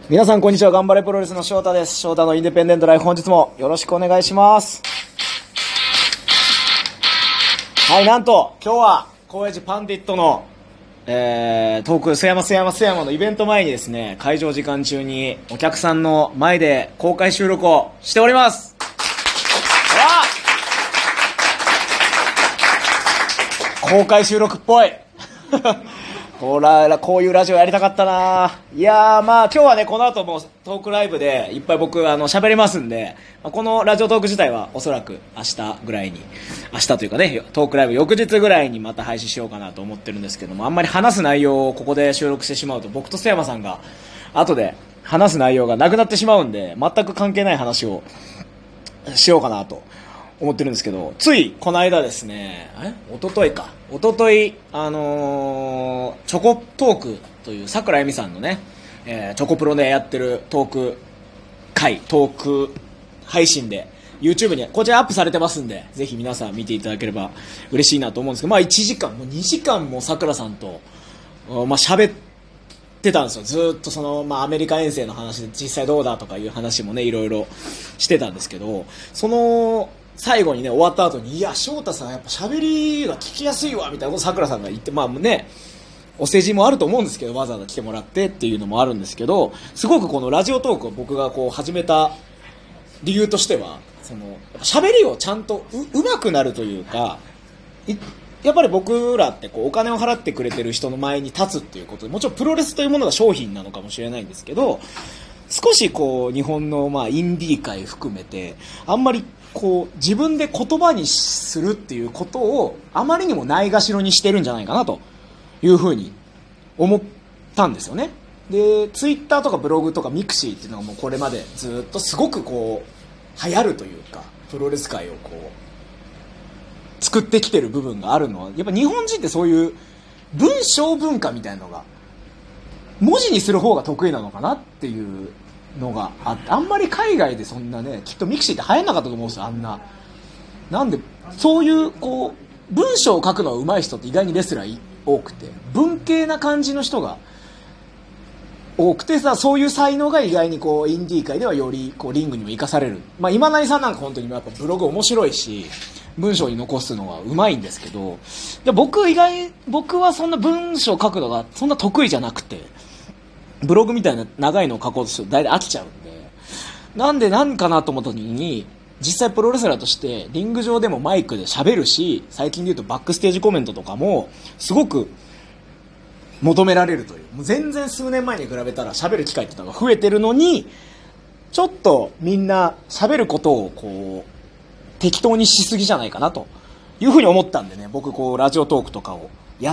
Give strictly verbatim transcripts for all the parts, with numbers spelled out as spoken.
皆さんこんにちは。頑張れプロレスの翔太です。翔太のインディペンデントライフ、本日もよろしくお願いします。はい、なんと今日は高円寺パンディットの、えー、トーク須山須山須山のイベント前にですね、会場時間中にお客さんの前で公開収録をしております。公開収録っぽいほら、こういうラジオやりたかったな。いやー、まあ今日はね、この後もトークライブでいっぱい僕あの喋りますんで、このラジオトーク自体はおそらく明日ぐらいに、明日というかね、トークライブ翌日ぐらいにまた配信しようかなと思ってるんですけども、あんまり話す内容をここで収録してしまうと、僕と須山さんが後で話す内容がなくなってしまうんで、全く関係ない話をしようかなと思ってるんですけど、ついこの間ですね、え一昨日か一昨日あのー、チョコトークという桜恵美さんのね、えー、チョコプロでやってるトーク会トーク配信で YouTube にこちらアップされてますんで、ぜひ皆さん見ていただければ嬉しいなと思うんですけど、まあいちじかんもにじかんも桜さんとまあ喋ってたんですよ。ずっとその、まあ、アメリカ遠征の話で実際どうだとかいう話もね、いろいろしてたんですけど、その最後にね、終わった後に、いや翔太さんやっぱ喋りが聞きやすいわみたいなことさくらさんが言って、まあね、お世辞もあると思うんですけど、わざわざ来てもらってっていうのもあるんですけど、すごくこのラジオトークを僕がこう始めた理由としては、その喋りをちゃんと う, うまくなるというか、やっぱり僕らってこうお金を払ってくれてる人の前に立つっていうことで、もちろんプロレスというものが商品なのかもしれないんですけど、少しこう日本のまあインディー界含めてあんまりこう自分で言葉にするっていうことをあまりにもないがしろにしてるんじゃないかなというふうに思ったんですよね。でツイッターとかブログとかミクシーっていうのがもうこれまでずっとすごくこう流行るというか、プロレス界をこう作ってきてる部分があるのは、やっぱ日本人ってそういう文章文化みたいなのが文字にする方が得意なのかなっていうのがあって、あんまり海外でそんなね、きっとミクシーって流行んなかったと思うんですよ、あんな。なんでそういうこう文章を書くのが上手い人って意外にレスラー多くて、文系な感じの人が多くてさ、そういう才能が意外にこうインディー界ではよりこうリングにも生かされる。まあ今成さんなんか本当にやっぱブログ面白いし文章に残すのは上手いんですけど、で僕意外僕はそんな文章を書くのがそんな得意じゃなくて、ブログみたいな長いのを書こうとすると大体飽きちゃうんで、なんで何かなと思った時に、実際プロレスラーとしてリング上でもマイクで喋るし、最近で言うとバックステージコメントとかもすごく求められるという、もう全然数年前に比べたら喋る機会っていうのが増えてるのに、ちょっとみんな喋ることをこう適当にしすぎじゃないかなというふうに思ったんでね、僕こうラジオトークとかをやって、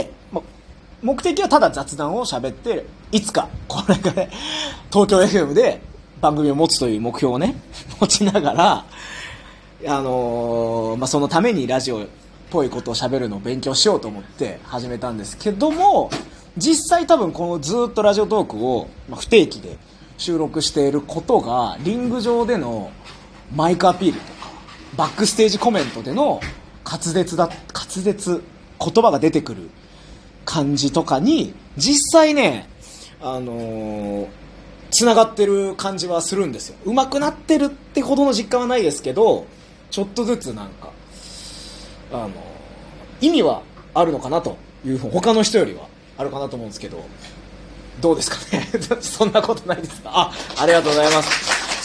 ま目的はただ雑談を喋って、いつかこれがね東京 エフエム で番組を持つという目標をね持ちながら、あのーまあ、そのためにラジオっぽいことを喋るのを勉強しようと思って始めたんですけども、実際多分このずっとラジオトークを不定期で収録していることが、リング上でのマイクアピールとかバックステージコメントでの滑舌だ滑舌言葉が出てくる感じとかに実際ね、あのー、繋がってる感じはするんですよ。上手くなってるってほどの実感はないですけど、ちょっとずつなんかあのー、意味はあるのかなというふう、他の人よりはあるかなと思うんですけど、どうですかねそんなことないですか。あ、ありがとうございます。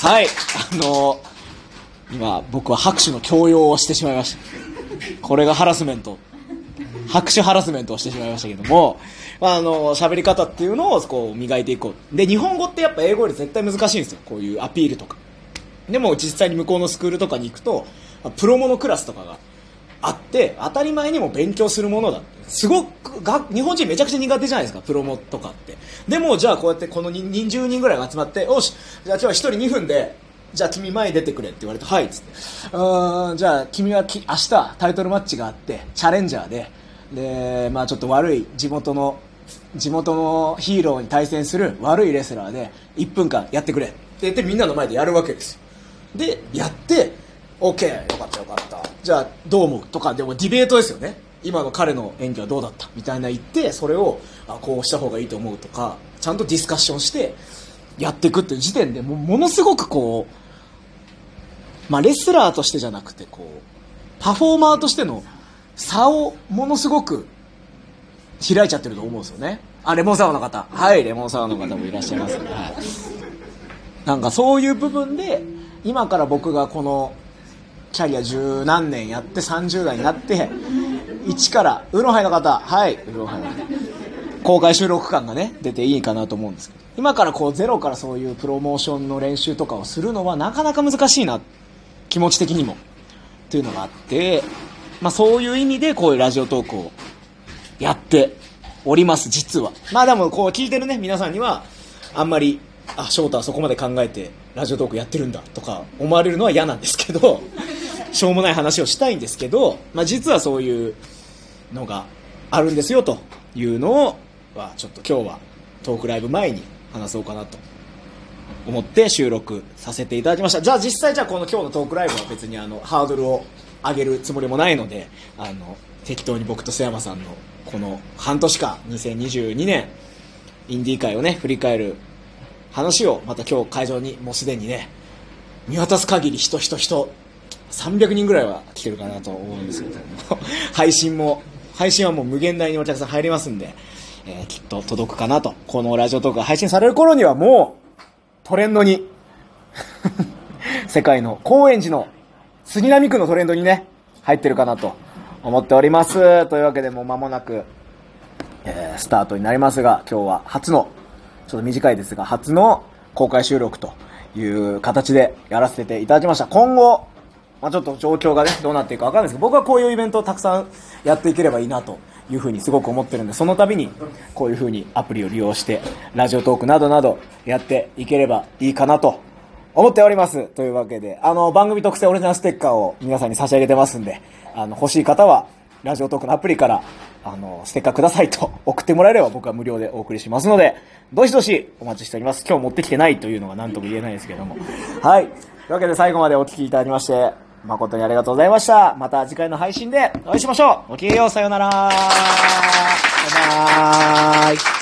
はい、あのー、今僕は拍手の強要をしてしまいました。これがハラスメント、拍手ハラスメントをしてしまいましたけども、あの喋り方っていうのをこう磨いていこう。で日本語ってやっぱ英語より絶対難しいんですよ、こういうアピールとか。でも実際に向こうのスクールとかに行くとプロモのクラスとかがあって、当たり前にも勉強するものだって、すごくが日本人めちゃくちゃ苦手じゃないですか、プロモとかって。でもじゃあこうやってこのにじゅうにんぐらいが集まって、よしじゃあ今日はひとりにふんで、じゃあ君前に出てくれって言われて、はいっつって、うーんじゃあ君はき明日タイトルマッチがあってチャレンジャーでで、まあ、ちょっと悪い地元の地元のヒーローに対戦する悪いレスラーでいっぷんかんやってくれって言ってみんなの前でやるわけですよ。でやって OK よかったよかった、じゃあどう思うとか、でもディベートですよね。今の彼の演技はどうだったみたいな言って、それをあこうした方がいいと思うとか、ちゃんとディスカッションしてやっていくっていう時点でもうものすごくこう、まあレスラーとしてじゃなくてこうパフォーマーとしての差をものすごく開いちゃってると思うんですよね。あ、レモンサワーの方、はい、レモンサワーの方もいらっしゃいますね、はい、なんかそういう部分で今から僕がこのキャリア十何年やってさんじゅう代になって一からウーロンハイの方、はい、ウーロンハイの方公開収録感がね出ていいかなと思うんですけど、今からこうゼロからそういうプロモーションの練習とかをするのはなかなか難しいな、気持ち的にもっていうのがあって、まあそういう意味でこういうラジオトークをやっております。実はまあでもこう聞いてるね皆さんにはあんまり、あ、翔太はそこまで考えてラジオトークやってるんだとか思われるのは嫌なんですけどしょうもない話をしたいんですけど、まあ実はそういうのがあるんですよというのをはちょっと今日はトークライブ前に話そうかなと思って収録させていただきました。じゃあ実際じゃあこの今日のトークライブは別にあのハードルを上げるつもりもないので、あの適当に僕と瀬山さんのこの半年間にせんにじゅうにねんインディー界をね振り返る話をまた今日会場にもうすでにね見渡す限り人人人さんびゃくにんぐらいは来てるかなと思うんですけども配信も配信はもう無限大にお客さん入りますんで、えー、きっと届くかなと。このラジオトークが配信される頃にはもうトレンドに世界の高円寺の杉並区のトレンドにね入ってるかなと思っております。というわけでもう間もなく、えー、スタートになりますが、今日は初のちょっと短いですが初の公開収録という形でやらせていただきました。今後まあ、ちょっと状況がねどうなっていくか分かんないですけど、僕はこういうイベントをたくさんやっていければいいなというふうにすごく思ってるんで、その度にこういうふうにアプリを利用してラジオトークなどなどやっていければいいかなと思っております。というわけであの番組特製オリジナルステッカーを皆さんに差し上げてますんで、あの欲しい方はラジオトークのアプリからあのステッカーくださいと送ってもらえれば僕は無料でお送りしますので、どしどしお待ちしております。今日持ってきてないというのが何とも言えないですけども、はい、というわけで最後までお聞きいただきまして誠にありがとうございました。また次回の配信でお会いしましょう。ごきげんよう、さようなら。バイバーイ。